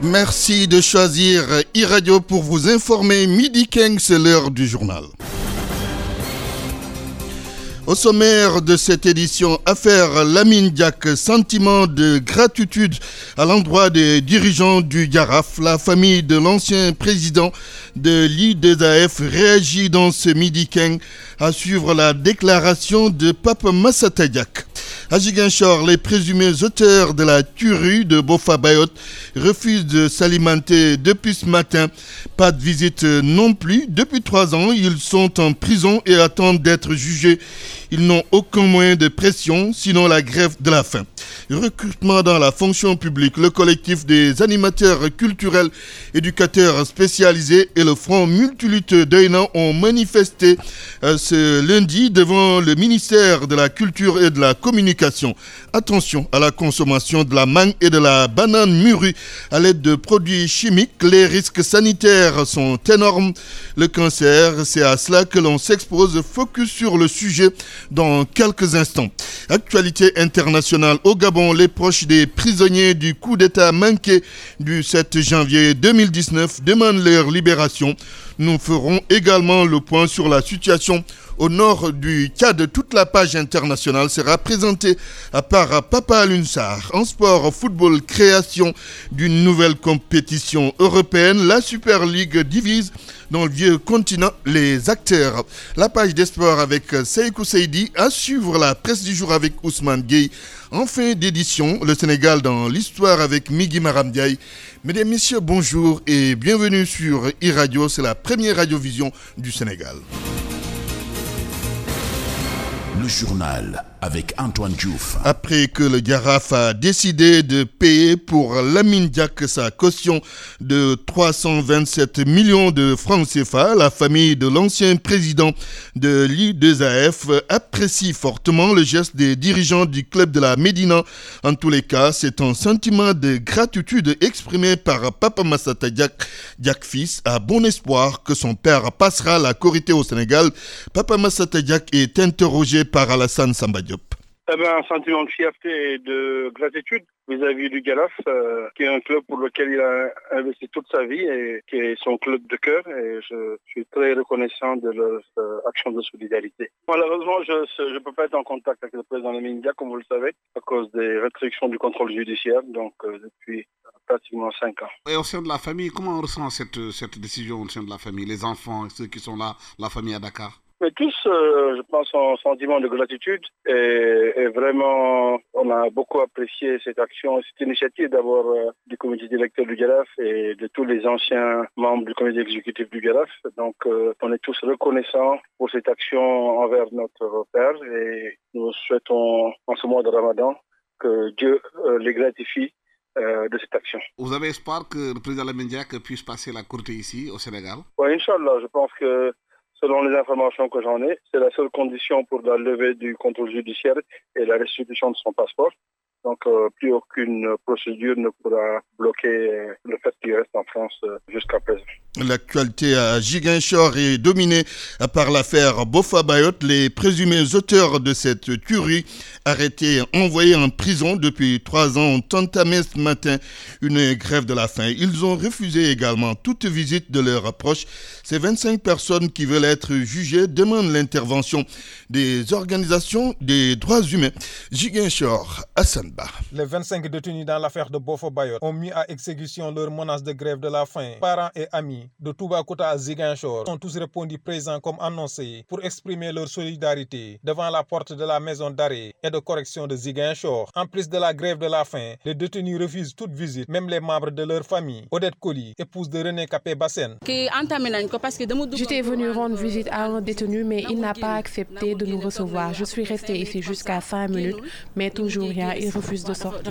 Merci de choisir iRadio pour vous informer. Midi 15, c'est l'heure du journal. Au sommaire de cette édition, affaire Lamine Diack, sentiment de gratitude à l'endroit des dirigeants du Jaraaf. La famille de l'ancien président de l'I2AF réagit dans ce Midi 15 à suivre la déclaration de Papa Massata Diack. À Ziguinchor, les présumés auteurs de la tuerie de Boffa Bayotte refusent de s'alimenter depuis ce matin. Pas de visite non plus. Depuis 3 ans, ils sont en prison et attendent d'être jugés. Ils n'ont aucun moyen de pression, sinon la grève de la faim. Recrutement dans la fonction publique, le collectif des animateurs culturels, éducateurs spécialisés et le Front Multilutte d'Oïna ont manifesté ce lundi devant le ministère de la Culture et de la Communication. Attention à la consommation de la mangue et de la banane mûrie à l'aide de produits chimiques. Les risques sanitaires sont énormes. Le cancer, c'est à cela que l'on s'expose. Focus sur le sujet dans quelques instants. Actualité internationale au Gabon, les proches des prisonniers du coup d'État manqué du 7 janvier 2019 demandent leur libération. Nous ferons également le point sur la situation au nord du Tchad. Toute la page internationale sera présentée par Papa Lunsar. En sport, football, création d'une nouvelle compétition européenne. La Super League divise dans le vieux continent les acteurs. La page des sports avec Seikou Seydi. À suivre la presse du jour avec Ousmane Gueye. En fin d'édition, le Sénégal dans l'histoire avec Migui Maram Ndiaye. Mesdames, Messieurs, bonjour et bienvenue sur iRadio. C'est la première radiovision du Sénégal. Le journal avec Antoine Diouf. Après que le Jaraaf a décidé de payer pour Lamine Diack sa caution de 327 millions de francs CFA, la famille de l'ancien président de l'I2AF apprécie fortement le geste des dirigeants du club de la Médina. En tous les cas, c'est un sentiment de gratitude exprimé par Papa Massata Diack fils, à bon espoir que son père passera la Korité au Sénégal. Papa Massata Diack est interrogé par Alassane Samba Diop. Un sentiment de fierté et de gratitude vis-à-vis du Jaraaf, qui est un club pour lequel il a investi toute sa vie et qui est son club de cœur. Et je suis très reconnaissant de leur action de solidarité. Malheureusement, je ne peux pas être en contact avec le président Lamine Diack, comme vous le savez, à cause des restrictions du contrôle judiciaire, donc depuis pratiquement 5 ans. Et au sein de la famille, comment on ressent cette décision au sein de la famille, les enfants, ceux qui sont là, la famille à Dakar? Mais tous, je pense, ont un sentiment de gratitude et vraiment, on a beaucoup apprécié cette action, cette initiative d'abord du comité directeur du Jaraaf et de tous les anciens membres du comité exécutif du Jaraaf. Donc, on est tous reconnaissants pour cette action envers notre père et nous souhaitons, en ce mois de Ramadan, que Dieu les gratifie de cette action. Vous avez espoir que le président Lamine Diack puisse passer la Korité ici, au Sénégal? Oui, Inch'Allah, je pense que selon les informations que j'en ai, c'est la seule condition pour la levée du contrôle judiciaire et la restitution de son passeport. Donc, plus aucune procédure ne pourra bloquer le fait qu'il reste en France jusqu'à présent. L'actualité à Ziguinchor est dominée par l'affaire Boffa Bayotte. Les présumés auteurs de cette tuerie, arrêtés et envoyés en prison depuis 3 ans, ont entamé ce matin une grève de la faim. Ils ont refusé également toute visite de leurs proches. Ces 25 personnes qui veulent être jugées demandent l'intervention des organisations des droits humains. Ziguinchor, Hassan Ba. Les 25 détenus dans l'affaire de Boffa Bayotte ont mis à exécution leur menace de grève de la faim. Parents et amis de Toubacouta à Ziguinchor ont tous répondu présents comme annoncé pour exprimer leur solidarité devant la porte de la maison d'arrêt et de correction de Ziguinchor. En plus de la grève de la faim, les détenus refusent toute visite, même les membres de leur famille. Odette Koli, épouse de René Capé-Bassène. J'étais venue rendre visite à un détenu, mais il n'a pas accepté de nous recevoir. Je suis restée ici jusqu'à 5 minutes, mais toujours rien, il refuse de sortir.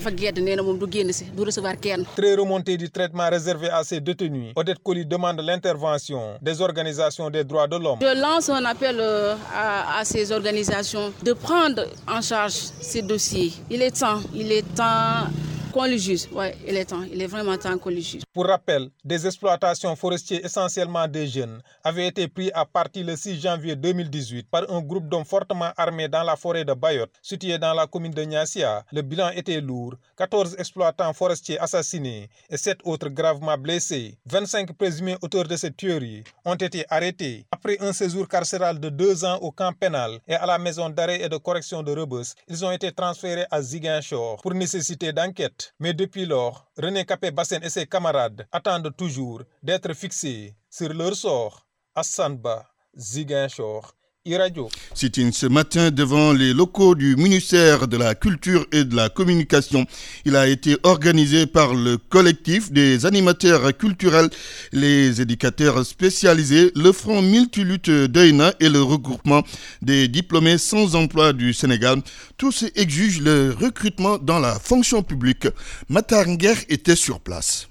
Très remonté du traitement réservé à ces détenus, Odette Koli demande l'intervention des organisations des droits de l'homme. Je lance un appel à ces organisations de prendre en charge ces dossiers. Il est temps qu'on le juge. Oui, il est vraiment temps qu'on le juge. Pour rappel, des exploitations forestières essentiellement des jeunes avaient été prises à partir le 6 janvier 2018 par un groupe d'hommes fortement armés dans la forêt de Bayotte, située dans la commune de Niassia. Le bilan était lourd, 14 exploitants forestiers assassinés et 7 autres gravement blessés. 25 présumés auteurs de cette tuerie ont été arrêtés. Après un séjour carcéral de 2 ans au camp pénal et à la maison d'arrêt et de correction de Rebeuss, ils ont été transférés à Ziguinchor pour nécessité d'enquête. Mais depuis lors, René Capé-Bassène et ses camarades attendent toujours d'être fixés sur leur sort. Hassan Ba, Ziguinchor, iRadio. Sit-in ce matin devant les locaux du ministère de la Culture et de la Communication. Il a été organisé par le collectif des animateurs culturels, les éducateurs spécialisés, le Front Multilutte d'Oïna et le regroupement des diplômés sans emploi du Sénégal. Tous exigent le recrutement dans la fonction publique. Matar Nguer était sur place.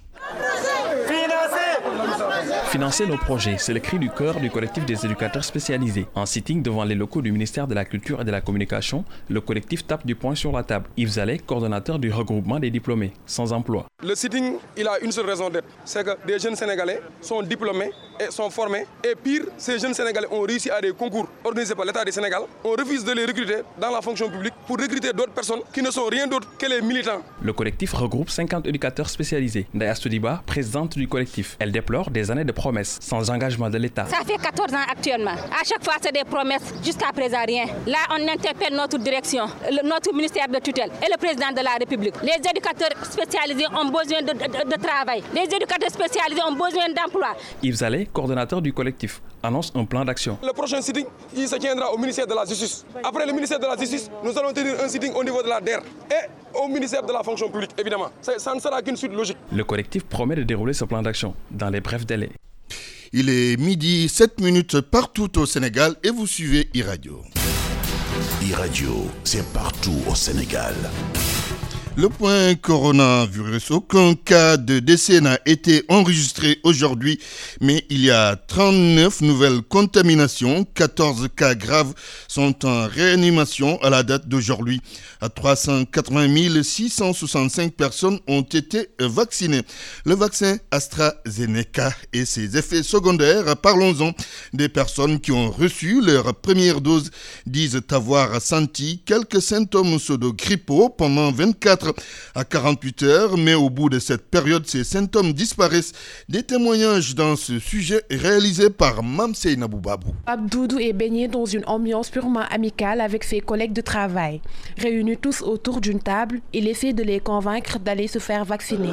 Financer nos projets, c'est le cri du cœur du collectif des éducateurs spécialisés. En sitting devant les locaux du ministère de la Culture et de la Communication, le collectif tape du poing sur la table. Yves Zalé, coordonnateur du regroupement des diplômés sans emploi. Le sitting, il a une seule raison d'être, c'est que des jeunes Sénégalais sont diplômés et sont formés. Et pire, ces jeunes Sénégalais ont réussi à des concours organisés par l'État du Sénégal. On refuse de les recruter dans la fonction publique pour recruter d'autres personnes qui ne sont rien d'autre que les militants. Le collectif regroupe 50 éducateurs spécialisés. Ndaya Stoudiba, présidente du collectif. Elle déplore des années de promesses sans engagement de l'État. Ça fait 14 ans actuellement. À chaque fois, c'est des promesses, jusqu'à présent rien. Là, on interpelle notre direction, notre ministère de tutelle et le président de la République. Les éducateurs spécialisés ont besoin de travail. Les éducateurs spécialisés ont besoin d'emploi. Yves Zalé, coordonnateur du collectif, annonce un plan d'action. Le prochain sitting, il se tiendra au ministère de la Justice. Après le ministère de la Justice, nous allons tenir un sitting au niveau de la DER et au ministère de la fonction publique, évidemment. Ça ne sera qu'une suite logique. Le collectif promet de dérouler ce plan d'action dans les brefs délais. Il est midi 7 minutes partout au Sénégal et vous suivez iRadio. iRadio, c'est partout au Sénégal. Le point coronavirus. Aucun cas de décès n'a été enregistré aujourd'hui, mais il y a 39 nouvelles contaminations. 14 cas graves sont en réanimation à la date d'aujourd'hui. À 380 665 personnes ont été vaccinées. Le vaccin AstraZeneca et ses effets secondaires, parlons-en. Des personnes qui ont reçu leur première dose disent avoir senti quelques symptômes pseudo-grippaux pendant 24 à 48 heures, mais au bout de cette période, ces symptômes disparaissent. Des témoignages dans ce sujet réalisés par Mamsey Naboubabou. Abdoudou est baigné dans une ambiance purement amicale avec ses collègues de travail. Réunis tous autour d'une table, il essaie de les convaincre d'aller se faire vacciner.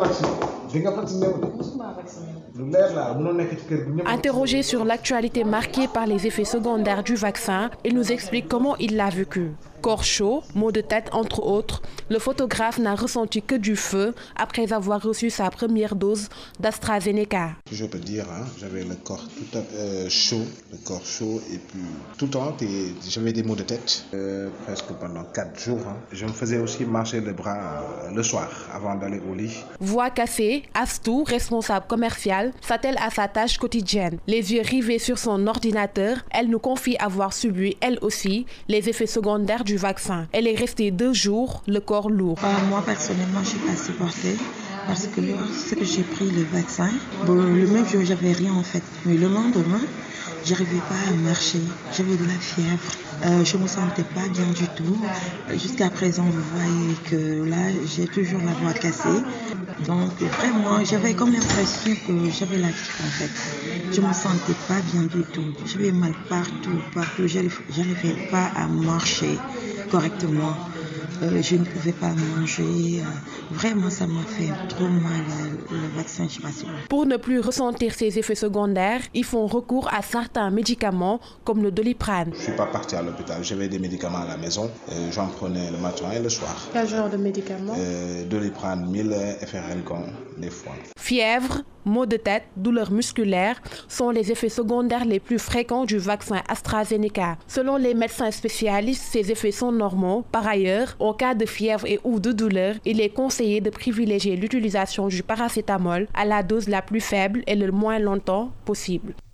Interrogé sur l'actualité marquée par les effets secondaires du vaccin, il nous explique comment il l'a vécu. Corps chaud, maux de tête entre autres, le photographe n'a ressenti que du feu après avoir reçu sa première dose d'AstraZeneca. Je peux dire, j'avais le corps tout chaud, et puis tout le temps, j'avais des maux de tête, presque pendant 4 jours. Je me faisais aussi marcher les bras le soir avant d'aller au lit. Voix cassée, Astou, responsable commercial, s'attelle à sa tâche quotidienne. Les yeux rivés sur son ordinateur, elle nous confie avoir subi, elle aussi, les effets secondaires du vaccin. Elle est restée 2 jours, le corps lourd. Moi, personnellement, je ne suis pas supportée parce que lorsque j'ai pris le vaccin, le même jour, j'avais rien en fait. Mais le lendemain, je n'arrivais pas à marcher. J'avais de la fièvre. Je ne me sentais pas bien du tout. Jusqu'à présent, vous voyez que là, j'ai toujours la voix cassée. Donc, vraiment, j'avais comme l'impression que j'avais la grippe en fait. Je ne me sentais pas bien du tout. J'avais mal partout. Je n'arrivais pas à marcher correctement. Je ne pouvais pas manger. Vraiment, ça m'a fait trop mal, le vaccin, je ne sais pas si... Pour ne plus ressentir ces effets secondaires, ils font recours à certains médicaments comme le Doliprane. Je ne suis pas parti à l'hôpital, j'avais des médicaments à la maison. J'en prenais le matin et le soir. Quel genre de médicaments? Doliprane 1000, FRN-CON, des fois. Fièvre, maux de tête, douleurs musculaires sont les effets secondaires les plus fréquents du vaccin AstraZeneca. Selon les médecins spécialistes, ces effets sont normaux. Par ailleurs, en cas de fièvre et ou de douleur, il est conseillé de privilégier l'utilisation du paracétamol à la dose la plus faible et le moins longtemps possible.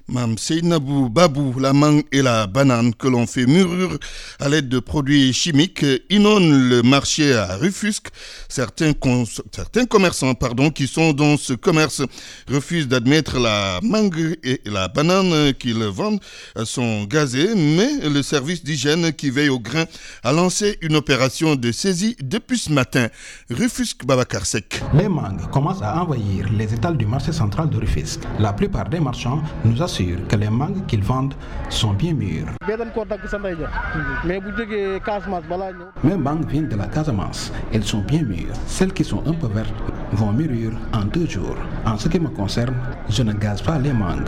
Mam Seynabou Babou, la mangue et la banane que l'on fait mûrir à l'aide de produits chimiques inondent le marché à Rufisque. Certains commerçants qui sont dans ce commerce refusent d'admettre la mangue et la banane qu'ils vendent sont gazées, mais le service d'hygiène qui veille au grain a lancé une opération de saisie depuis ce matin. Rufisque Babacar Sek. Les mangues commencent à envahir les étals du marché central de Rufisque. La plupart des marchands nous assurent que les mangues qu'ils vendent sont bien mûres. Mes mangues viennent de la Casamance. Elles sont bien mûres. Celles qui sont un peu vertes vont mûrir en 2 jours. En ce qui me concerne, je ne gaze pas les mangues.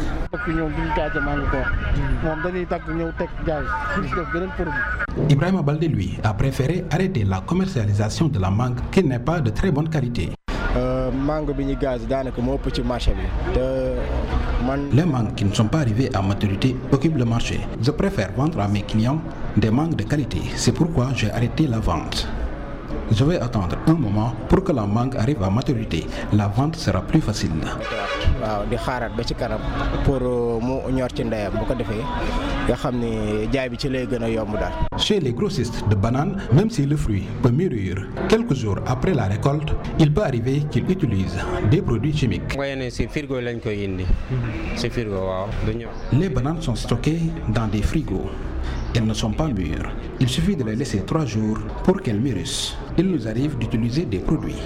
Ibrahima Baldé, lui, a préféré arrêter la commercialisation de la mangue qui n'est pas de très bonne qualité. Les mangues qui ne sont pas arrivées à maturité occupent le marché. Je préfère vendre à mes clients des mangues de qualité. C'est pourquoi j'ai arrêté la vente. Je vais attendre un moment pour que la mangue arrive à maturité. La vente sera plus facile. Chez les grossistes de bananes, même si le fruit peut mûrir quelques jours après la récolte, il peut arriver qu'ils utilisent des produits chimiques. Les bananes sont stockées dans des frigos. Elles ne sont pas mûres. Il suffit de les laisser 3 jours pour qu'elles mûrissent. Il nous arrive d'utiliser des produits.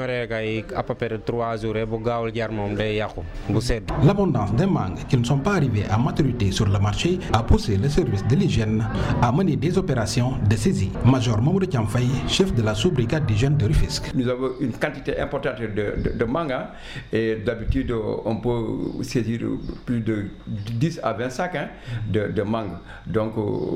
L'abondance des mangues qui ne sont pas arrivées à maturité sur le marché a poussé le service de l'hygiène à mener des opérations de saisie. Major Mamoudou Thiamfaye, chef de la sous-brigade d'hygiène de Rufisque. Nous avons une quantité importante de mangues et d'habitude on peut saisir plus de 10 à 20 sacs de mangues. Donc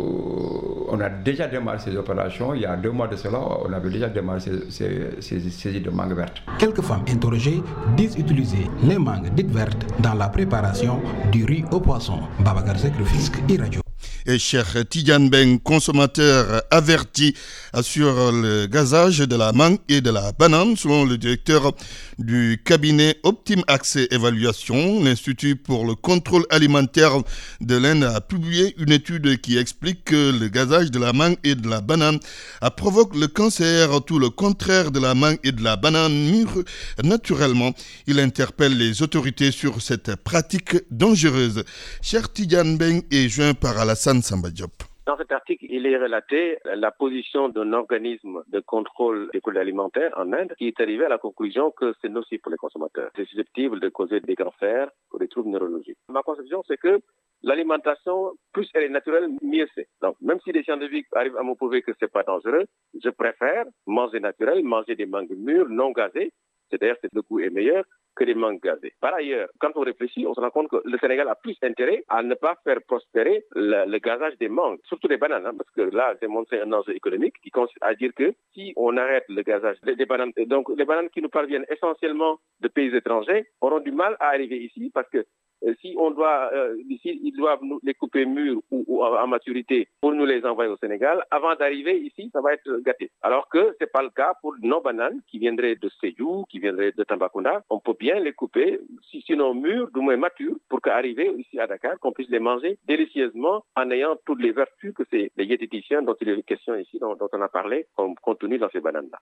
on a déjà démarré ces opérations. Il y a 2 mois de cela, on avait déjà démarré ces saisies de mangues vertes. Quelques femmes interrogées disent utiliser les mangues dites vertes dans la préparation du riz au poisson. Babacar Sek, Rufisque, iRadio. Et cher Tidiane Beng, consommateur averti, assure le gazage de la mangue et de la banane. Selon le directeur du cabinet Optime Accès Évaluation, l'Institut pour le contrôle alimentaire de l'Inde a publié une étude qui explique que le gazage de la mangue et de la banane provoque le cancer, tout le contraire de la mangue et de la banane mûre naturellement. Il interpelle les autorités sur cette pratique dangereuse. Cher Tidiane Beng est joint par Alassane Samba Diop. Dans cet article, il est relaté la position d'un organisme de contrôle des produits alimentaires en Inde qui est arrivé à la conclusion que c'est nocif pour les consommateurs. C'est susceptible de causer des cancers ou des troubles neurologiques. Ma conception, c'est que l'alimentation, plus elle est naturelle, mieux c'est. Donc, même si les scientifiques arrivent à me prouver que c'est pas dangereux, je préfère manger naturel, manger des mangues mûres, non gazées. C'est-à-dire que le goût est meilleur que les mangues gazées. Par ailleurs, quand on réfléchit, on se rend compte que le Sénégal a plus intérêt à ne pas faire prospérer le gazage des mangues, surtout des bananes, parce que là, c'est montré un enjeu économique qui consiste à dire que si on arrête le gazage des bananes, donc les bananes qui nous parviennent essentiellement de pays étrangers auront du mal à arriver ici parce que si on doit, ils doivent nous les couper mûrs ou à maturité pour nous les envoyer au Sénégal, avant d'arriver ici, ça va être gâté. Alors que c'est pas le cas pour nos bananes qui viendraient de Sédhiou, qui viendraient de Tambacounda. On peut bien les couper, sinon mûres, du moins matures, pour qu'arriver ici à Dakar, qu'on puisse les manger délicieusement en ayant toutes les vertus que c'est les diététiciens dont il est question ici, dont on a parlé, comme contenu dans ces bananes-là.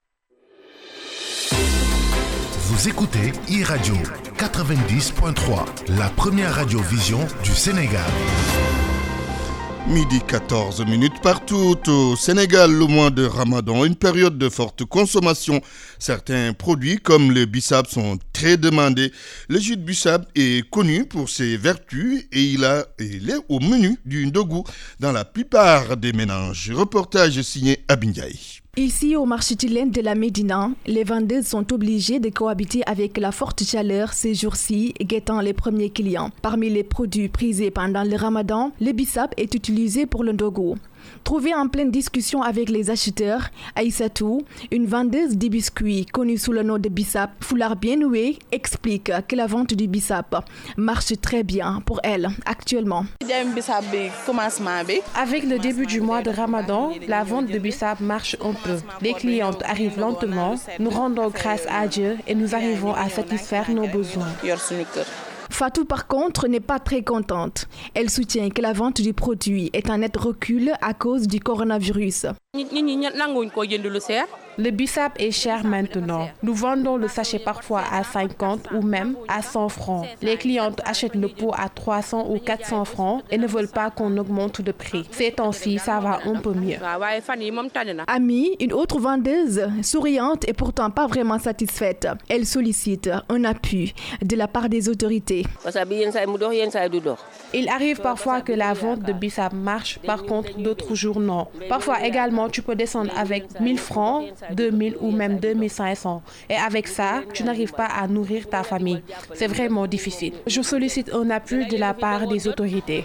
Vous écoutez iRadio 90.3, la première radiovision du Sénégal. Midi 14 minutes partout au Sénégal, le mois de Ramadan, une période de forte consommation. Certains produits comme le bissap sont très demandés. Le jus de bissap est connu pour ses vertus et il est au menu du ndogu dans la plupart des ménages. Reportage signé Abindiaï. Ici, au marché Tilène de la Médina, les vendeuses sont obligées de cohabiter avec la forte chaleur ces jours-ci, guettant les premiers clients. Parmi les produits prisés pendant le Ramadan, le bissap est utilisé pour le ndogu. Trouvée en pleine discussion avec les acheteurs, Aïssatou, une vendeuse de biscuits connue sous le nom de bissap, foulard bien noué, explique que la vente du bissap marche très bien pour elle actuellement. Avec le début du mois de Ramadan, la vente de bissap marche un peu. Les clientes arrivent lentement, nous rendons grâce à Dieu et nous arrivons à satisfaire nos besoins. Fatou, par contre, n'est pas très contente. Elle soutient que la vente du produit est un net recul à cause du coronavirus. Le bissap est cher maintenant. Nous vendons le sachet parfois à 50 ou même à 100 francs. Les clientes achètent le pot à 300 ou 400 francs et ne veulent pas qu'on augmente de prix. Ces temps-ci, ça va un peu mieux. Ami, une autre vendeuse, souriante et pourtant pas vraiment satisfaite. Elle sollicite un appui de la part des autorités. Il arrive parfois que la vente de bissap marche, par contre d'autres jours non. Parfois également, tu peux descendre avec 1000 francs, 2000 ou même 2500. Et avec ça, tu n'arrives pas à nourrir ta famille. C'est vraiment difficile. Je sollicite un appui de la part des autorités.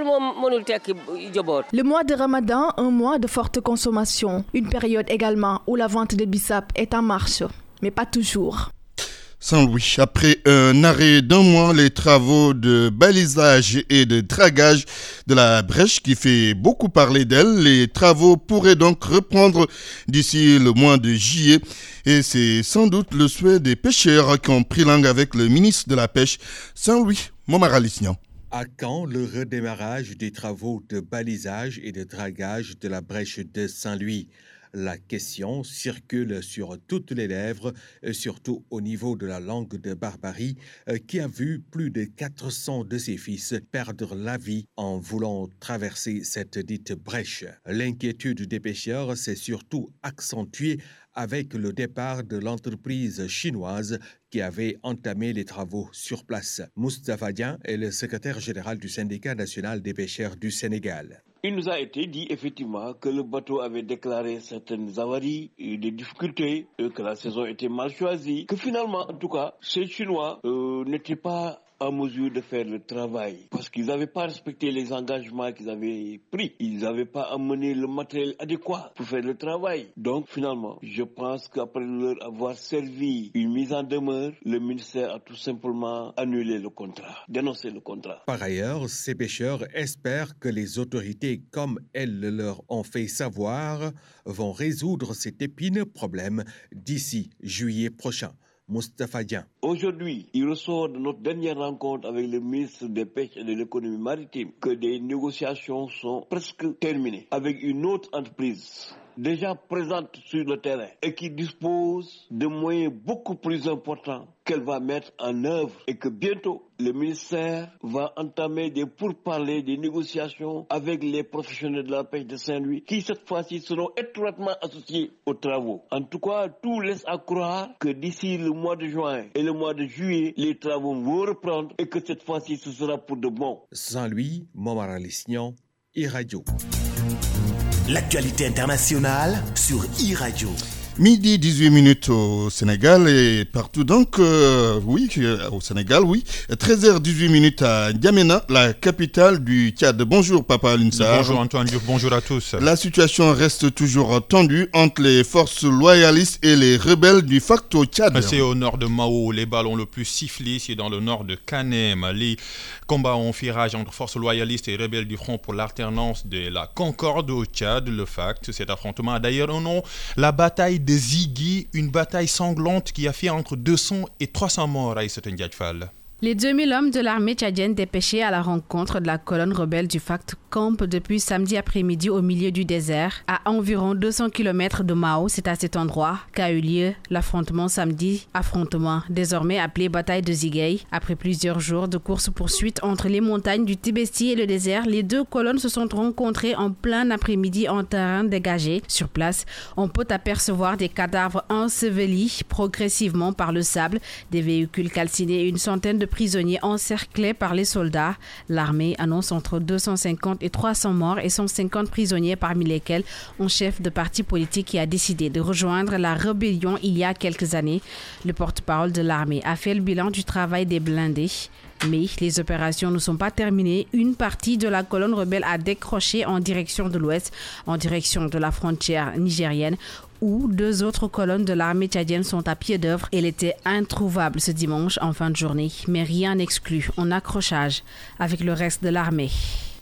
Le mois de Ramadan, un mois de forte consommation. Une période également où la vente de bissap est en marche, mais pas toujours. Saint-Louis, après un arrêt d'un mois, les travaux de balisage et de dragage de la brèche qui fait beaucoup parler d'elle, les travaux pourraient donc reprendre d'ici le mois de juillet. Et c'est sans doute le souhait des pêcheurs qui ont pris langue avec le ministre de la Pêche, Saint-Louis Momara-Lisnian. À quand le redémarrage des travaux de balisage et de dragage de la brèche de Saint-Louis? La question circule sur toutes les lèvres, surtout au niveau de la langue de Barbarie, qui a vu plus de 400 de ses fils perdre la vie en voulant traverser cette dite brèche. L'inquiétude des pêcheurs s'est surtout accentuée avec le départ de l'entreprise chinoise qui avait entamé les travaux sur place. Moustapha Dian est le secrétaire général du syndicat national des pêcheurs du Sénégal. Il nous a été dit effectivement que le bateau avait déclaré certaines avaries, des difficultés, que la saison était mal choisie, que finalement, en tout cas, ces Chinois n'étaient pas en mesure de faire le travail parce qu'ils n'avaient pas respecté les engagements qu'ils avaient pris. Ils n'avaient pas amené le matériel adéquat pour faire le travail. Donc finalement, je pense qu'après leur avoir servi une mise en demeure, le ministère a tout simplement annulé le contrat, dénoncé le contrat. Par ailleurs, ces pêcheurs espèrent que les autorités, comme elles le leur ont fait savoir, vont résoudre cet épineux problème d'ici juillet prochain. Moustapha Dian. Aujourd'hui, il ressort de notre dernière rencontre avec le ministre des Pêches et de l'économie maritime que des négociations sont presque terminées avec une autre entreprise déjà présente sur le terrain et qui dispose de moyens beaucoup plus importants qu'elle va mettre en œuvre et que bientôt le ministère va entamer des pourparlers, des négociations avec les professionnels de la pêche de Saint-Louis qui cette fois-ci seront étroitement associés aux travaux. En tout cas, tout laisse à croire que d'ici le mois de juin et le mois de juillet, les travaux vont reprendre et que cette fois-ci ce sera pour de bon. Saint-Louis, Momara-Lisnian, iRadio. L'actualité internationale sur iRadio. Midi 18 minutes au Sénégal et partout donc, au Sénégal, 13h18 minutes à N'Djamena, la capitale du Tchad. Bonjour Papa Alinsar. Bonjour Antoine Diouf, bonjour à tous. La situation reste toujours tendue entre les forces loyalistes et les rebelles du FACT au Tchad. C'est au nord de Mao, les ballons le plus sifflés, c'est dans le nord de Kanem. Les combats ont fait rage entre forces loyalistes et rebelles du Front pour l'alternance de la Concorde au Tchad, le FACT. Cet affrontement a d'ailleurs un nom, la bataille de Zigui, une bataille sanglante qui a fait entre 200 et 300 morts à Issoten-Diadfal. Les 2000 hommes de l'armée tchadienne dépêchés à la rencontre de la colonne rebelle du FACT campent depuis samedi après-midi au milieu du désert, à environ 200 km de Mao. C'est à cet endroit qu'a eu lieu l'affrontement samedi, affrontement désormais appelé bataille de Ziguey. Après plusieurs jours de course-poursuite entre les montagnes du Tibesti et le désert, les deux colonnes se sont rencontrées en plein après-midi en terrain dégagé. Sur place, on peut apercevoir des cadavres ensevelis progressivement par le sable, des véhicules calcinés et une centaine de prisonniers encerclés par les soldats. L'armée annonce entre 250 et 300 morts et 150 prisonniers, parmi lesquels un chef de parti politique qui a décidé de rejoindre la rébellion il y a quelques années. Le porte-parole de l'armée a fait le bilan du travail des blindés. Mais les opérations ne sont pas terminées. Une partie de la colonne rebelle a décroché en direction de l'ouest, en direction de la frontière nigérienne, où deux autres colonnes de l'armée tchadienne sont à pied d'œuvre. Elle était introuvable ce dimanche en fin de journée, mais rien n'exclut un accrochage avec le reste de l'armée.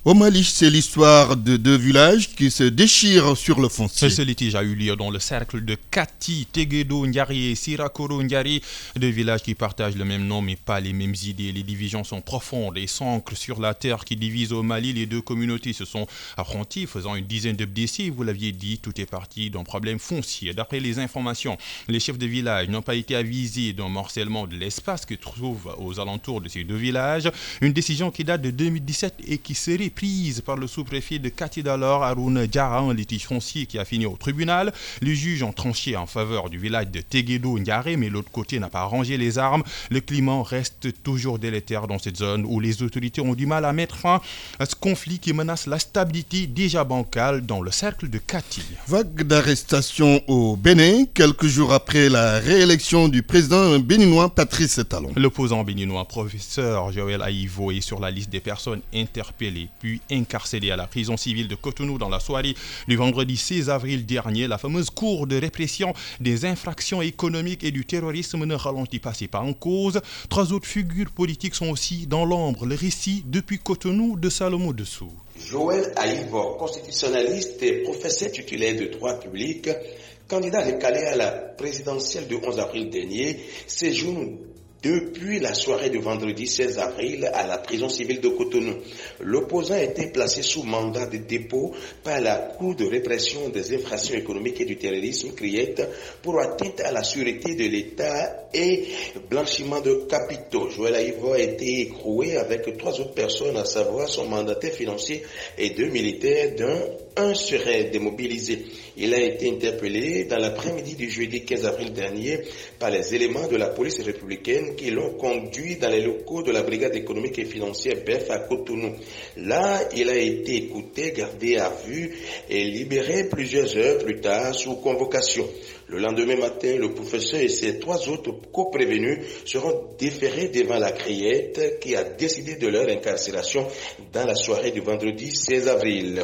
Au Mali, c'est l'histoire de deux villages qui se déchirent sur le foncier. Ce litige a eu lieu dans le cercle de Kati, Tegedo, Ndiari et Sirakoro Ndiari, deux villages qui partagent le même nom mais pas les mêmes idées. Les divisions sont profondes et s'ancrent sur la terre qui divise au Mali. Les deux communautés se sont affrontées, faisant une dizaine de blessés. Vous l'aviez dit, tout est parti d'un problème foncier. D'après les informations, les chefs de village n'ont pas été avisés d'un morcellement de l'espace que trouvent aux alentours de ces deux villages. Une décision qui date de 2017 et qui serait prise par le sous-préfet de Kati d'alors, Haroun Diarra, un litige foncier qui a fini au tribunal. Les juges ont tranché en faveur du village de Tegedo Ndiaré, mais l'autre côté n'a pas rangé les armes. Le climat reste toujours délétère dans cette zone où les autorités ont du mal à mettre fin à ce conflit qui menace la stabilité déjà bancale dans le cercle de Kati. Vague d'arrestations au Bénin, quelques jours après la réélection du président béninois Patrice Talon. L'opposant béninois, professeur Joël Aïvo, est sur la liste des personnes interpellées puis incarcérées à la prison civile de Cotonou dans la soirée du vendredi 16 avril dernier. La fameuse cour de répression des infractions économiques et du terrorisme ne ralentit pas ses pas en cause. 3 autres figures politiques sont aussi dans l'ombre. Le récit depuis Cotonou de Salomon Dessous. Joël Aïvo, constitutionnaliste et professeur titulaire de droit public, candidat décalé à la présidentielle du 11 avril dernier, séjourne depuis la soirée de vendredi 16 avril à la prison civile de Cotonou. L'opposant a été placé sous mandat de dépôt par la Cour de répression des infractions économiques et du terrorisme, CRIET, pour atteinte à la sûreté de l'État et blanchiment de capitaux. Joël Aïvo a été écroué avec 3 autres personnes, à savoir son mandataire financier et 2 militaires, dont un serait démobilisé. Il a été interpellé dans l'après-midi du jeudi 15 avril dernier par les éléments de la police républicaine qui l'ont conduit dans les locaux de la brigade économique et financière BEF à Cotonou. Là, il a été écouté, gardé à vue et libéré plusieurs heures plus tard sous convocation. Le lendemain matin, le professeur et ses 3 autres co-prévenus seront déférés devant la CRIET qui a décidé de leur incarcération dans la soirée du vendredi 16 avril.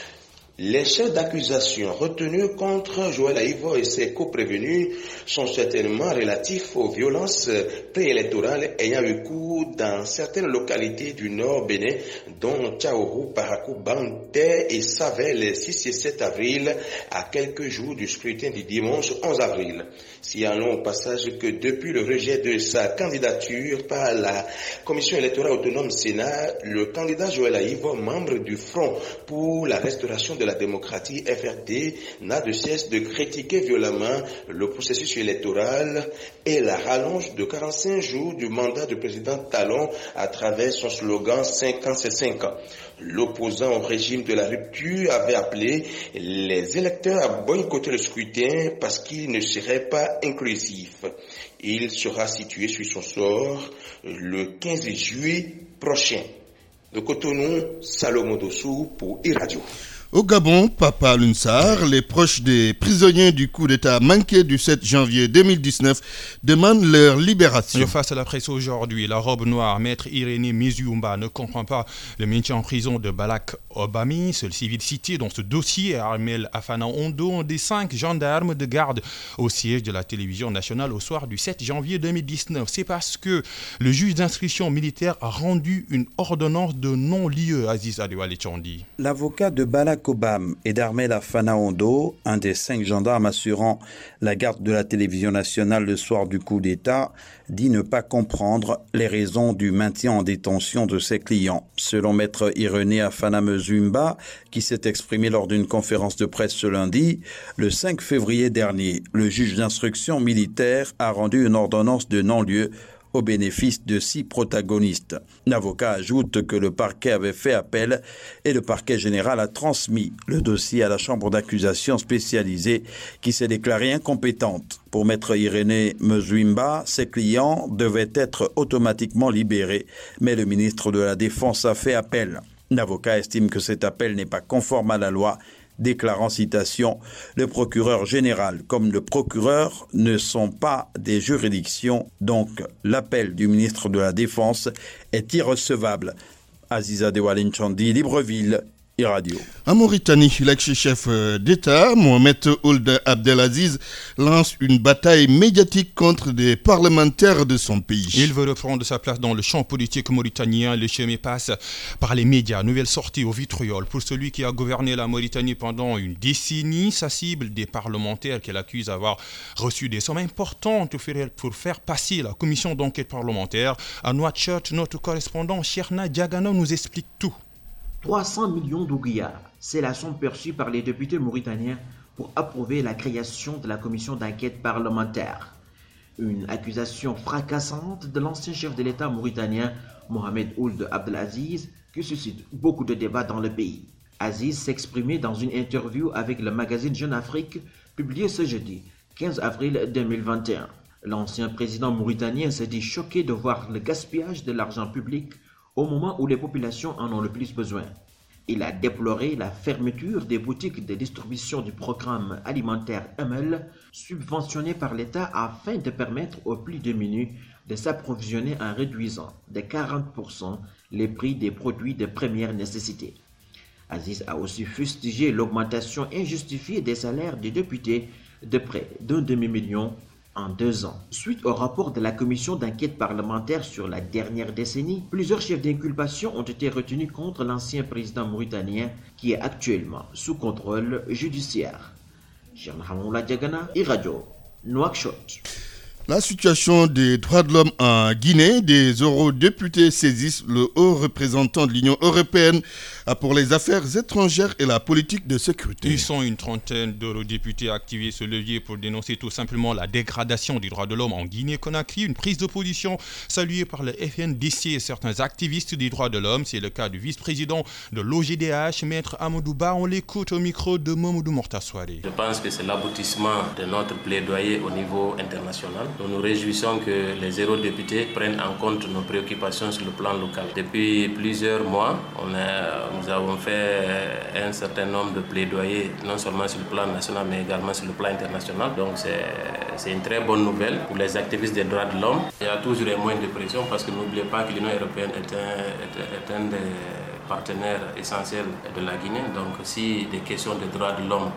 Les chefs d'accusation retenus contre Joël Aïvo et ses co-prévenus sont certainement relatifs aux violences préélectorales ayant eu cours dans certaines localités du nord Bénin, dont Tchaourou, Parakou, Banté et Savel les 6 et 7 avril, à quelques jours du scrutin du dimanche 11 avril. Signalons au passage que depuis le rejet de sa candidature par la Commission électorale autonome Sénat, le candidat Joël Aïvo, membre du Front pour la restauration de la démocratie FRD, n'a de cesse de critiquer violemment le processus électoral et la rallonge de 45 jours du mandat du président Talon à travers son slogan 5 ans c'est 5 ans. L'opposant au régime de la rupture avait appelé les électeurs à boycotter le scrutin parce qu'il ne serait pas inclusif. Il sera situé sur son sort le 15 juillet prochain. De Cotonou, Salomon Dossou pour iRadio. Au Gabon, Papa Lunsar, les proches des prisonniers du coup d'État manqué du 7 janvier 2019 demandent leur libération. Face à la presse aujourd'hui, la robe noire, maître Irénée Meziumba, ne comprend pas le maintien en prison de Balak Obami, seul civil cité dans ce dossier. Armel Afana Ondo, un des 5 gendarmes de garde au siège de la télévision nationale au soir du 7 janvier 2019. C'est parce que le juge d'instruction militaire a rendu une ordonnance de non-lieu, Aziz Adewale Chandi. L'avocat de Balak Obam et d'Armel Afana Ondo, un des 5 gendarmes assurant la garde de la télévision nationale le soir du coup d'État, dit ne pas comprendre les raisons du maintien en détention de ses clients. Selon maître Irénée Afana Meziumba, qui s'est exprimé lors d'une conférence de presse ce lundi, le 5 février dernier, le juge d'instruction militaire a rendu une ordonnance de non-lieu au bénéfice de 6 protagonistes. L'avocat ajoute que le parquet avait fait appel et le parquet général a transmis le dossier à la chambre d'accusation spécialisée qui s'est déclarée incompétente. Pour maître Irénée Meziumba, ses clients devaient être automatiquement libérés, mais le ministre de la Défense a fait appel. L'avocat estime que cet appel n'est pas conforme à la loi, déclarant citation « Le procureur général comme le procureur ne sont pas des juridictions, donc l'appel du ministre de la Défense est irrecevable. » Aziza Dewalen Chandi, Libreville, e-radio. En Mauritanie, l'ex-chef d'État, Mohamed Ould Abdelaziz, lance une bataille médiatique contre des parlementaires de son pays. Il veut reprendre sa place dans le champ politique mauritanien. Le chemin passe par les médias. Nouvelle sortie au vitriol pour celui qui a gouverné la Mauritanie pendant une décennie. Sa cible, des parlementaires qu'il accuse d'avoir reçu des sommes importantes pour faire passer la commission d'enquête parlementaire. À Nouakchott, notre correspondant Cherna Diagano nous explique tout. 300 millions d'ouguias, c'est la somme perçue par les députés mauritaniens pour approuver la création de la commission d'enquête parlementaire. Une accusation fracassante de l'ancien chef de l'État mauritanien, Mohamed Ould Abdelaziz, qui suscite beaucoup de débats dans le pays. Aziz s'exprimait dans une interview avec le magazine Jeune Afrique, publiée ce jeudi, 15 avril 2021. L'ancien président mauritanien s'est dit choqué de voir le gaspillage de l'argent public au moment où les populations en ont le plus besoin. Il a déploré la fermeture des boutiques de distribution du programme alimentaire ML subventionné par l'État afin de permettre aux plus démunis de s'approvisionner en réduisant de 40% les prix des produits de première nécessité. Aziz a aussi fustigé l'augmentation injustifiée des salaires des députés de près d'un demi-million en 2 ans. Suite au rapport de la commission d'enquête parlementaire sur la dernière décennie, plusieurs chefs d'inculpation ont été retenus contre l'ancien président mauritanien qui est actuellement sous contrôle judiciaire. Chernahamoula Diagana, e-radio, Nouakchott. La situation des droits de l'homme en Guinée, des eurodéputés saisissent le haut représentant de l'Union européenne pour les affaires étrangères et la politique de sécurité. Ils sont une trentaine d'eurodéputés activés ce levier pour dénoncer tout simplement la dégradation des droits de l'homme en Guinée-Conakry. Une prise de position saluée par le FNDC et certains activistes des droits de l'homme. C'est le cas du vice-président de l'OGDH, Maître Amadou Ba. On l'écoute au micro de Mamoudou Mortassoari. Je pense que c'est l'aboutissement de notre plaidoyer au niveau international. Nous nous réjouissons que les eurodéputés prennent en compte nos préoccupations sur le plan local. Depuis plusieurs mois, nous avons fait un certain nombre de plaidoyers, non seulement sur le plan national, mais également sur le plan international. Donc c'est une très bonne nouvelle pour les activistes des droits de l'homme. Il y a toujours un moyen de pression parce que n'oubliez pas que l'Union européenne est un des partenaire essentiel de la Guinée. Donc si des questions de droits de l'homme,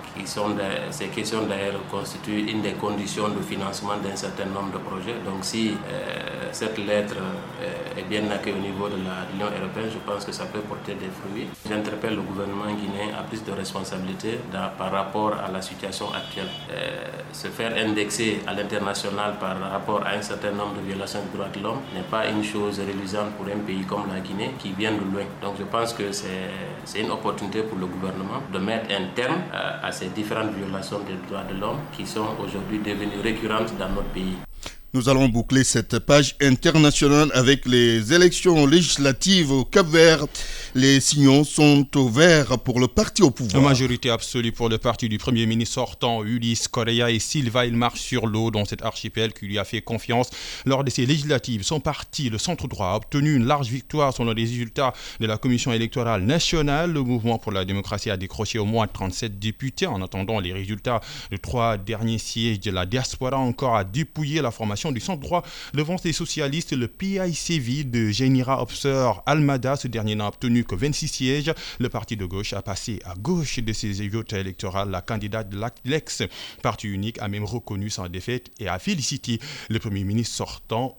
ces questions d'ailleurs constituent une des conditions de financement d'un certain nombre de projets. Donc si cette lettre est bien accueillie au niveau de l'Union européenne, je pense que ça peut porter des fruits. J'interpelle le gouvernement guinéen à plus de responsabilités par rapport à la situation actuelle. Se faire indexer à l'international par rapport à un certain nombre de violations des droits de l'homme n'est pas une chose réalisante pour un pays comme la Guinée qui vient de loin. Donc je pense que c'est une opportunité pour le gouvernement de mettre un terme à ces différentes violations des droits de l'homme qui sont aujourd'hui devenues récurrentes dans notre pays. Nous allons boucler cette page internationale avec les élections législatives au Cap-Vert. Les signaux sont au vert pour le parti au pouvoir. La majorité absolue pour le parti du Premier ministre sortant, Ulysse Correa et Silva, il marche sur l'eau dans cet archipel qui lui a fait confiance lors de ces législatives. Son parti, le centre-droit, a obtenu une large victoire selon les résultats de la Commission électorale nationale. Le mouvement pour la démocratie a décroché au moins 37 députés. En attendant les résultats de 3 derniers sièges de la diaspora, encore à dépouiller la formation du centre-droit devant les socialistes. Le PICV de Genira Obser Almada, ce dernier n'a obtenu que 26 sièges. Le parti de gauche a passé à gauche de ses votes électorales. La candidate de l'ex-parti unique a même reconnu sa défaite et a félicité le Premier ministre sortant.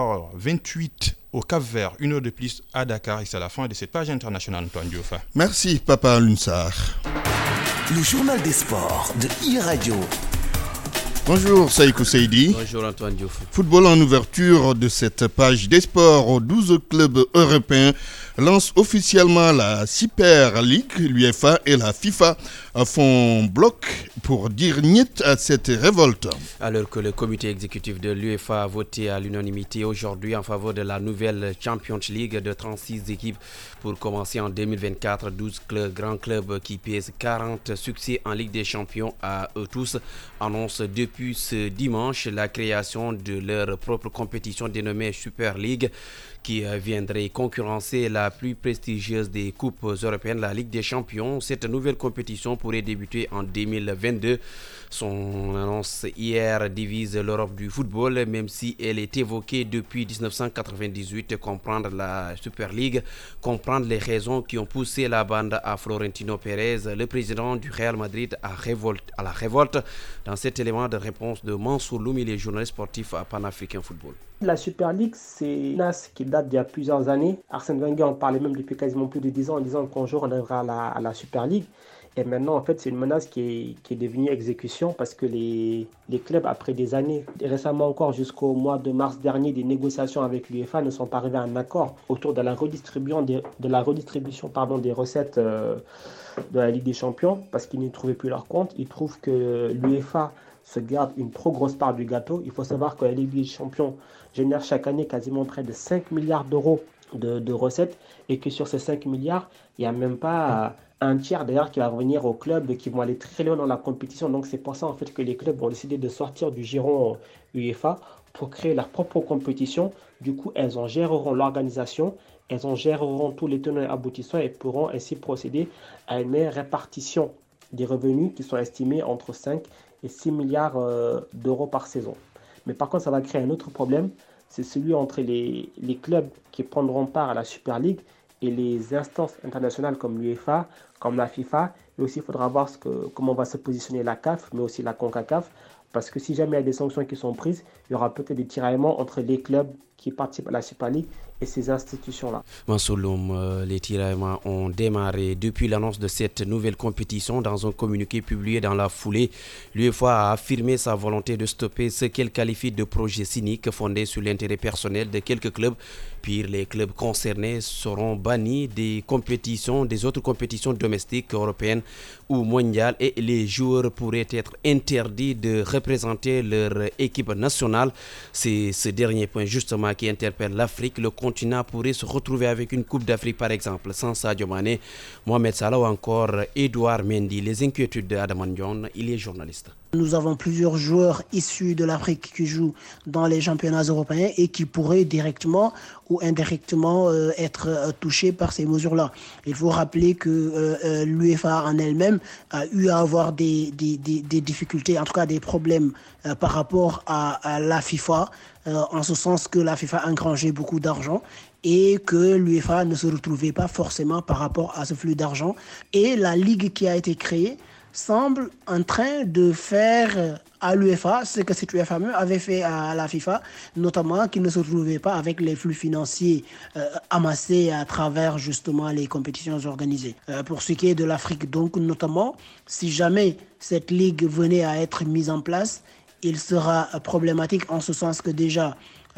11h28 au Cap-Vert, 1 heure de plus à Dakar, et c'est la fin de cette page internationale. Antoine Diofa. Merci Papa Lunsar. Le journal des sports de e-radio. Bonjour Saïkou Seydi. Bonjour Antoine Diouf. Football en ouverture de cette page des sports. 12 clubs européens lancent officiellement la Super League. L'UEFA et la FIFA font bloc pour dire niet à cette révolte. Alors que le comité exécutif de l'UEFA a voté à l'unanimité aujourd'hui en faveur de la nouvelle Champions League de 36 équipes pour commencer en 2024. 12 grands clubs qui pèsent 40 succès en Ligue des Champions à eux tous annoncent depuis ce dimanche la création de leur propre compétition dénommée Super League qui viendrait concurrencer la plus prestigieuse des coupes européennes, la Ligue des Champions. Cette nouvelle compétition pourrait débuter en 2022. Son annonce hier divise l'Europe du football, même si elle est évoquée depuis 1998. Comprendre la Super League, comprendre les raisons qui ont poussé la bande à Florentino Pérez, le président du Real Madrid, à la révolte. Dans cet élément de réponse de Mansour Loum, il est journaliste sportif à Pan-Africain Football. La Super League, c'est une menace qui date d'il y a plusieurs années. Arsène Wenger en parlait même depuis quasiment plus de 10 ans en disant qu'un jour on arrivera à la Super League. Et maintenant, en fait, c'est une menace qui est devenue exécution parce que les clubs, après des années, récemment encore jusqu'au mois de mars dernier, des négociations avec l'UEFA ne sont pas arrivés à un accord autour de la redistribution des recettes de la Ligue des Champions parce qu'ils n'y trouvaient plus leur compte. Ils trouvent que l'UEFA se garde une trop grosse part du gâteau. Il faut savoir que la Ligue des Champions génère chaque année quasiment près de 5 milliards d'euros de recettes et que sur ces 5 milliards, il n'y a même pas un tiers d'ailleurs qui va revenir aux clubs qui vont aller très loin dans la compétition. Donc c'est pour ça en fait que les clubs vont décider de sortir du giron UEFA pour créer leur propre compétition. Du coup, elles en géreront l'organisation, elles en géreront tous les tenants et aboutissants et pourront ainsi procéder à une meilleure répartition des revenus qui sont estimés entre 5 et 6 milliards d'euros par saison. Mais par contre, ça va créer un autre problème, c'est celui entre les clubs qui prendront part à la Super League et les instances internationales comme l'UEFA, comme la FIFA. Et aussi, il faudra voir comment va se positionner la CAF, mais aussi la CONCACAF. Parce que si jamais il y a des sanctions qui sont prises, il y aura peut-être des tiraillements entre les clubs qui participent à la Super League et ces institutions-là. Mansour Loum, les tiraillements ont démarré depuis l'annonce de cette nouvelle compétition. Dans un communiqué publié dans la foulée, l'UEFA a affirmé sa volonté de stopper ce qu'elle qualifie de projet cynique fondé sur l'intérêt personnel de quelques clubs. Pire, les clubs concernés seront bannis des autres compétitions domestiques, européennes ou mondiales, et les joueurs pourraient être interdits de représenter leur équipe nationale. C'est ce dernier point justement qui interpelle l'Afrique. Le continent pourrait se retrouver avec une Coupe d'Afrique par exemple sans Sadio Mané, Mohamed Salah ou encore Edouard Mendy. Les inquiétudes d'Adama Ndione, il est journaliste. Nous avons plusieurs joueurs issus de l'Afrique qui jouent dans les championnats européens et qui pourraient directement ou indirectement être touchés par ces mesures-là. Il faut rappeler que l'UEFA en elle-même a eu à avoir des difficultés, en tout cas des problèmes par rapport à la FIFA, en ce sens que la FIFA a engrangé beaucoup d'argent et que l'UEFA ne se retrouvait pas forcément par rapport à ce flux d'argent. Et la ligue qui a été créée semble en train de faire à l'UEFA ce que cette UEFA avait fait à la FIFA, notamment qu'il ne se retrouvait pas avec les flux financiers amassés à travers justement les compétitions organisées. Pour ce qui est de l'Afrique, donc notamment, si jamais cette ligue venait à être mise en place, il sera problématique en ce sens que déjà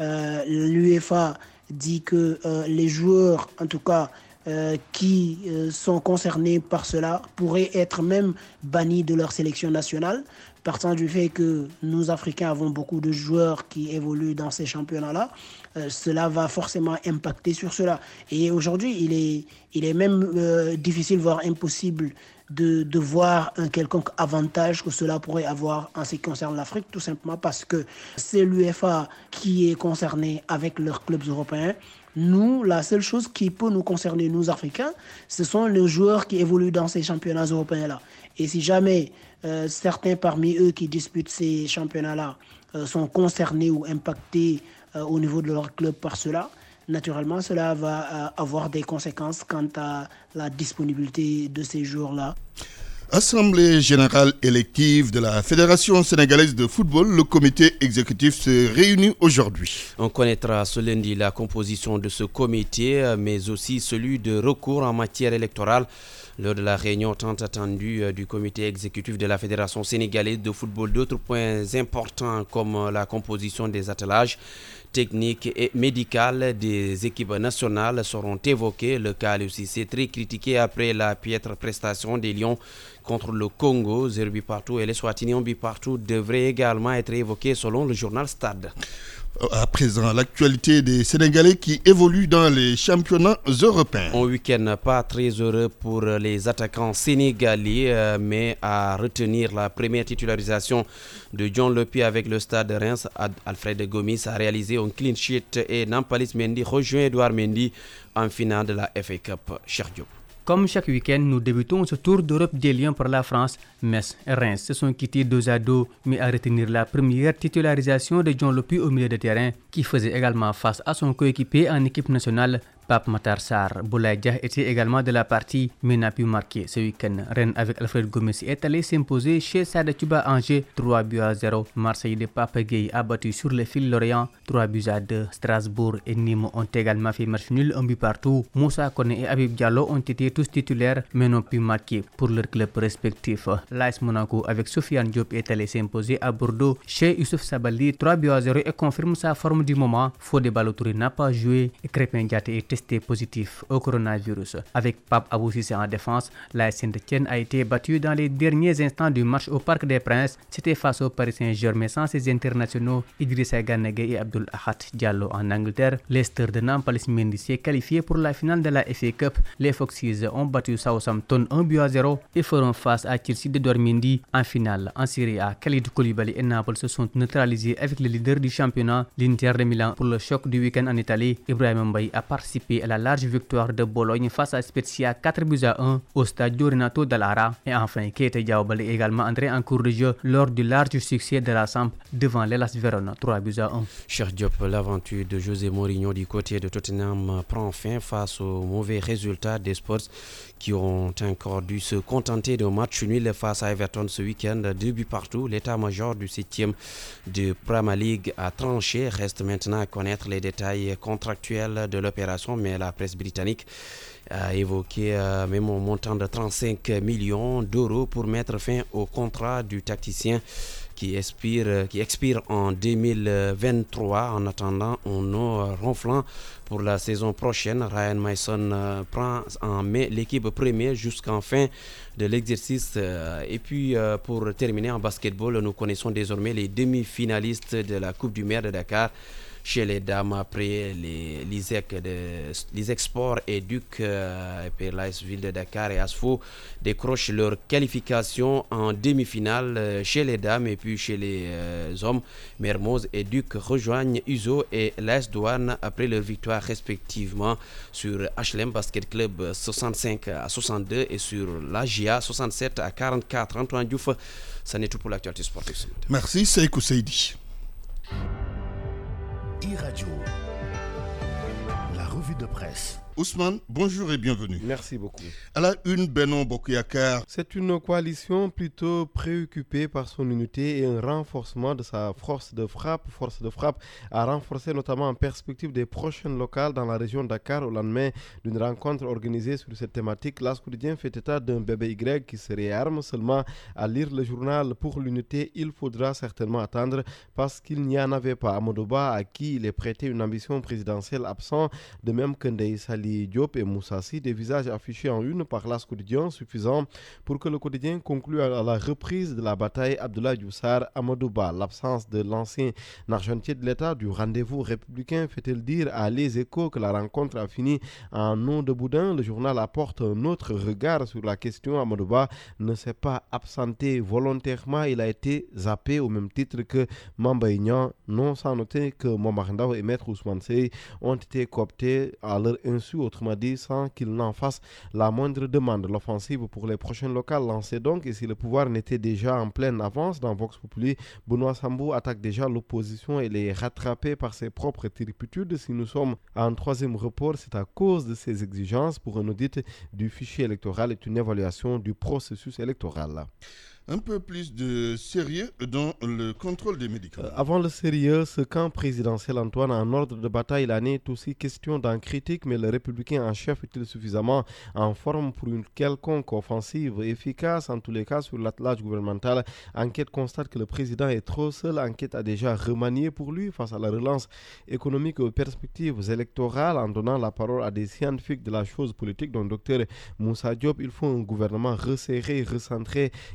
l'UEFA dit que les joueurs, en tout cas, qui sont concernés par cela pourraient être même bannis de leur sélection nationale, partant du fait que nous Africains avons beaucoup de joueurs qui évoluent dans ces championnats-là. Cela va forcément impacter sur cela. Et aujourd'hui, il est même difficile, voire impossible de voir un quelconque avantage que cela pourrait avoir en ce qui concerne l'Afrique, tout simplement parce que c'est l'UEFA qui est concernée avec leurs clubs européens. Nous, la seule chose qui peut nous concerner, nous Africains, ce sont les joueurs qui évoluent dans ces championnats européens-là. Et si jamais certains parmi eux qui disputent ces championnats-là sont concernés ou impactés au niveau de leur club par cela, naturellement, cela va avoir des conséquences quant à la disponibilité de ces joueurs-là. Assemblée générale élective de la Fédération sénégalaise de football, le comité exécutif se réunit aujourd'hui. On connaîtra ce lundi la composition de ce comité, mais aussi celui de recours en matière électorale. Lors de la réunion tant attendue du comité exécutif de la Fédération sénégalaise de football, d'autres points importants comme la composition des attelages techniques et médicales des équipes nationales seront évoqués. Le cas aussi c'est très critiqué après la piètre prestation des Lions contre le Congo, 0 but partout, et les Swatini 1 but partout devraient également être évoqués selon le journal Stade. À présent, l'actualité des Sénégalais qui évoluent dans les championnats européens. Un week-end pas très heureux pour les attaquants sénégalais, mais à retenir la première titularisation de John Lopy avec le Stade de Reims. Alfred Gomis a réalisé un clean sheet et Nampalys Mendy rejoint Edouard Mendy en finale de la FA Cup. Cheikh Diop. Comme chaque week-end, nous débutons ce tour d'Europe des Lions pour la France. Metz et Reims se sont quittés 2-2, mais à retenir la première titularisation de John Lopy au milieu de terrain, qui faisait également face à son coéquipier en équipe nationale, Pape Matar Sarr. Boulaye Dia était également de la partie, mais n'a pu marquer ce week-end. Rennes avec Alfred Gomis est allé s'imposer chez Stade Touba Angers 3-0. Marseille de Pape Gueye a battu sur le fil Lorient 3-2. Strasbourg et Nîmes ont également fait match nul, un but partout. Moussa Koné et Habib Diallo ont été tous titulaires, mais n'ont pu marquer pour leur club respectif. L'AS Monaco avec Sofiane Diop est allé s'imposer à Bordeaux chez Youssouf Sabaly 3-0 et confirme sa forme du moment. Fodé Ballo-Touré n'a pas joué et Crépin Diaté est testé positif au coronavirus. Avec Pape Abou Cissé en défense, l'AS Saint-Étienne a été battu dans les derniers instants du match au Parc des Princes. C'était face au Paris Saint-Germain sans ses internationaux Idrissa Gana Gueye et Abdoul Ahad Diallo. En Angleterre, Leicester de Nampalys Mendy s'est qualifié pour la finale de la FA Cup. Les Foxes ont battu Southampton 1-0 et feront face à Chelsea d'Edouard Mendy en finale. En Serie A, Khalidou Koulibaly et Naples se sont neutralisés avec le leader du championnat, l'Inter de Milan. Pour le choc du week-end en Italie, Ibrahima Mbaye a participé à la large victoire de Bologne face à Spezia 4-1 au Stadio Renato Dall'Ara. Et enfin, Keita Diaobal est également entré en cours de jeu lors du large succès de la Samp devant l'Hellas Verona 3-1. Cheikh Diop, l'aventure de José Mourinho du côté de Tottenham prend fin face aux mauvais résultats des Spurs qui ont encore dû se contenter d'un match nul face à Everton ce week-end. 2 buts partout. L'état-major du 7e de Premier League a tranché. Reste maintenant à connaître les détails contractuels de l'opération, mais la presse britannique a évoqué même un montant de 35 millions d'euros pour mettre fin au contrat du tacticien qui expire en 2023. En attendant un eau ronflant pour la saison prochaine, Ryan Mason prend en main l'équipe première jusqu'en fin de l'exercice. Et puis pour terminer en basketball, nous connaissons désormais les demi-finalistes de la Coupe du Maire de Dakar. Chez les dames, après l'ISEC Sport et Duc, l'AS Ville de Dakar et ASFO décrochent leur qualification en demi-finale chez les dames. Et puis chez les hommes, Mermoz et Duc rejoignent USO et l'AS Douane après leur victoire respectivement sur HLM Basket Club 65-62 et sur l'AGIA 67-44. Antoine Diouf, ça n'est tout pour l'actualité sportive ce matin. Merci Seïkou Seydi. E-Radio, la revue de presse. Ousmane, bonjour et bienvenue. Merci beaucoup. À la une, Benno Bokk Yakaar. C'est une coalition plutôt préoccupée par son unité et un renforcement de sa force de frappe à renforcer notamment en perspective des prochaines locales dans la région de Dakar au lendemain d'une rencontre organisée sur cette thématique. L'As Quotidien fait état d'un bébé Y qui se réarme. Seulement à lire le journal pour l'unité, il faudra certainement attendre parce qu'il n'y en avait pas. Amadou Ba, à qui il est prêté une ambition présidentielle absent, de même que Ndeye Sali Diop et Moussa Sy, des visages affichés en une par l'As Quotidien, suffisant pour que le quotidien conclue à la reprise de la bataille Abdoulaye Diouf Sarr, Amadou Ba. L'absence de l'ancien argentier de l'État du rendez-vous républicain fait-elle dire à Les Échos que la rencontre a fini en nom de boudin? Le journal apporte un autre regard sur la question. Amadou Ba ne s'est pas absenté volontairement, il a été zappé au même titre que Mamba Ignan, non sans noter que Momar Ndao et Maître Ousmane Sey ont été cooptés à leur insu, autrement dit sans qu'il n'en fasse la moindre demande. L'offensive pour les prochaines locales lancée donc, et si le pouvoir n'était déjà en pleine avance dans Vox Populi, Benoît Sambou attaque déjà l'opposition et les rattraper par ses propres turpitudes. Si nous sommes en troisième report, c'est à cause de ces exigences pour un audit du fichier électoral et une évaluation du processus électoral. Un peu plus de sérieux dans le contrôle des médicaments. Avant le sérieux, ce camp présidentiel, Antoine, en ordre de bataille, il en est aussi question d'un critique, mais le républicain en chef est-il suffisamment en forme pour une quelconque offensive efficace? En tous les cas, sur l'attelage gouvernemental, enquête constate que le président est trop seul. Enquête a déjà remanié pour lui face à la relance économique et aux perspectives électorales, en donnant la parole à des scientifiques de la chose politique, dont Dr Moussa Diop. Il faut un gouvernement resserré, recentré et taillé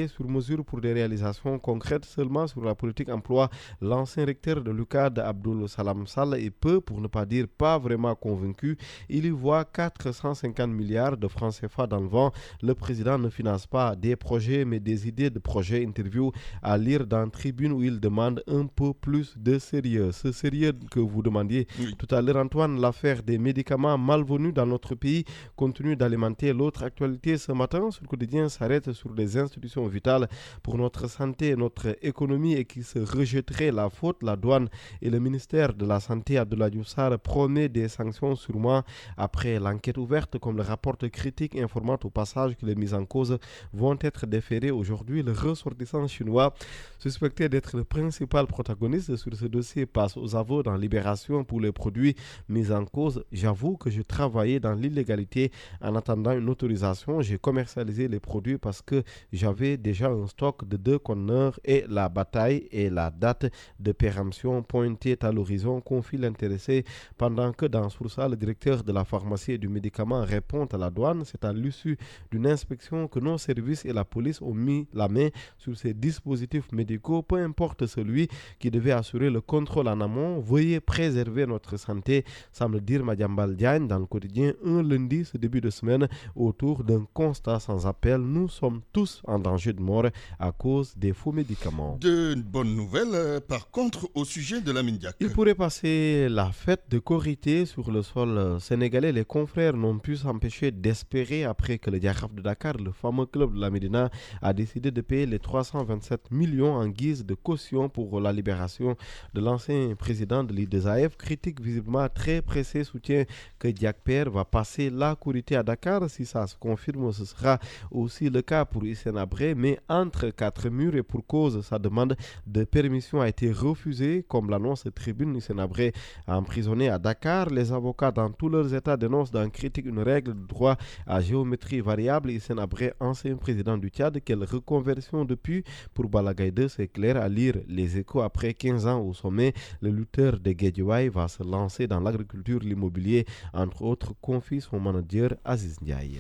travailler sur mesure pour des réalisations concrètes seulement sur la politique emploi. L'ancien recteur de l'UCAD, Abdoul Salam Sall, est peu, pour ne pas dire pas vraiment convaincu. Il y voit 450 milliards de francs CFA dans le vent. Le président ne finance pas des projets, mais des idées de projets. Interview à lire dans Tribune où il demande un peu plus de sérieux. Ce sérieux que vous demandiez tout à l'heure, Antoine, l'affaire des médicaments malvenus dans notre pays continue d'alimenter l'autre actualité. Ce matin, ce quotidien s'arrête sur les institutions vitales pour notre santé et notre économie et qui se rejetterait la faute. La douane et le ministère de la Santé, Abdoulaye Diouf Sarr, promet des sanctions sûrement après l'enquête ouverte, comme le rapporte Critique, informant au passage que les mises en cause vont être déférées aujourd'hui. Le ressortissant chinois, suspecté d'être le principal protagoniste sur ce dossier, passe aux aveux dans Libération pour les produits mis en cause. J'avoue que je travaillais dans l'illégalité en attendant une autorisation. J'ai commercialisé les produits parce que j'avais déjà un stock de 2 conteneurs et la bataille et la date de péremption pointait à l'horizon, confie l'intéressé, pendant que dans Sourça, le directeur de la pharmacie et du médicament répond à la douane. C'est à l'issue d'une inspection que nos services et la police ont mis la main sur ces dispositifs médicaux, peu importe celui qui devait assurer le contrôle en amont. Veuillez préserver notre santé, semble dire Madiambal Diagne dans le quotidien un lundi ce début de semaine autour d'un constat sans appel. Nous sommes tous en danger de mort à cause des faux médicaments. De bonnes nouvelles, par contre, au sujet de Lamine Diack. Il pourrait passer la fête de Korité sur le sol sénégalais. Les confrères n'ont pu s'empêcher d'espérer après que le Jaraaf de Dakar, le fameux club de la Médina, a décidé de payer les 327 millions en guise de caution pour la libération de l'ancien président de l'IDESAF. Critique visiblement très pressé soutient que Diack Père va passer la Korité à Dakar. Si ça se confirme, ce sera aussi le cas pour Hissène Habré, mais entre 4 murs et pour cause, sa demande de permission a été refusée. Comme l'annonce Tribune, Hissène Habré a emprisonné à Dakar. Les avocats dans tous leurs états dénoncent dans Critique une règle de droit à géométrie variable. Hissène Habré, ancien président du Tchad, quelle reconversion depuis pour Balagaï 2, c'est clair à lire Les Échos. Après 15 ans au sommet, le lutteur de Guédiawaye va se lancer dans l'agriculture, l'immobilier, entre autres, confie son manager Aziz Ndiaye.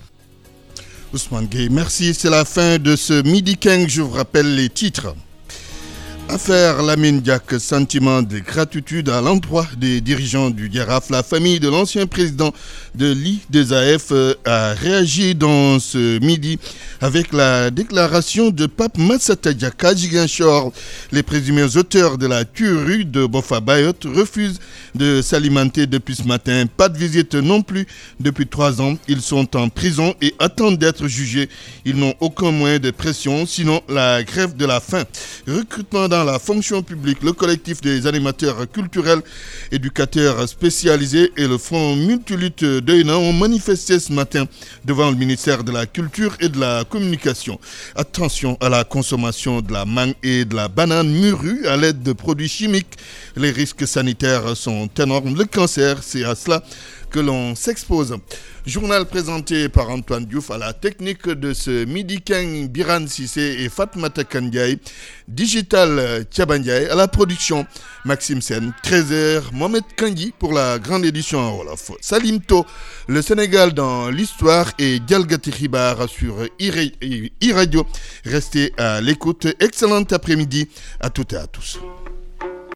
Ousmane Gueye, merci. C'est la fin de ce Midi 15. Je vous rappelle les titres. Affaire Lamine Diack, sentiment de gratitude à l'endroit des dirigeants du Jaraaf. La famille de l'ancien président de l'IDESAF a réagi dans ce midi avec la déclaration de Pape Massata Diaka. Ziguinchor, les présumés auteurs de la tuerie de Boffa Bayotte refusent de s'alimenter depuis ce matin. Pas de visite non plus depuis 3 ans. Ils sont en prison et attendent d'être jugés. Ils n'ont aucun moyen de pression, sinon la grève de la faim. Recrutement dans la fonction publique, le collectif des animateurs culturels, éducateurs spécialisés et le Front Multilutte d'Oïna ont manifesté ce matin devant le ministère de la Culture et de la Communication. Attention à la consommation de la mangue et de la banane murue à l'aide de produits chimiques. Les risques sanitaires sont énormes. Le cancer, c'est à cela que l'on s'expose. Journal présenté par Antoine Diouf, à la technique de ce Midi 15, Biran Sissé et Fatmata Kandiaï. Digital Tchabandiaï, à la production Maxime Sen. 13h, Mohamed Kangi pour la grande édition en Wolof. Salimto, le Sénégal dans l'histoire et Dialgati Ribar sur e-radio. Restez à l'écoute. Excellent après-midi à toutes et à tous.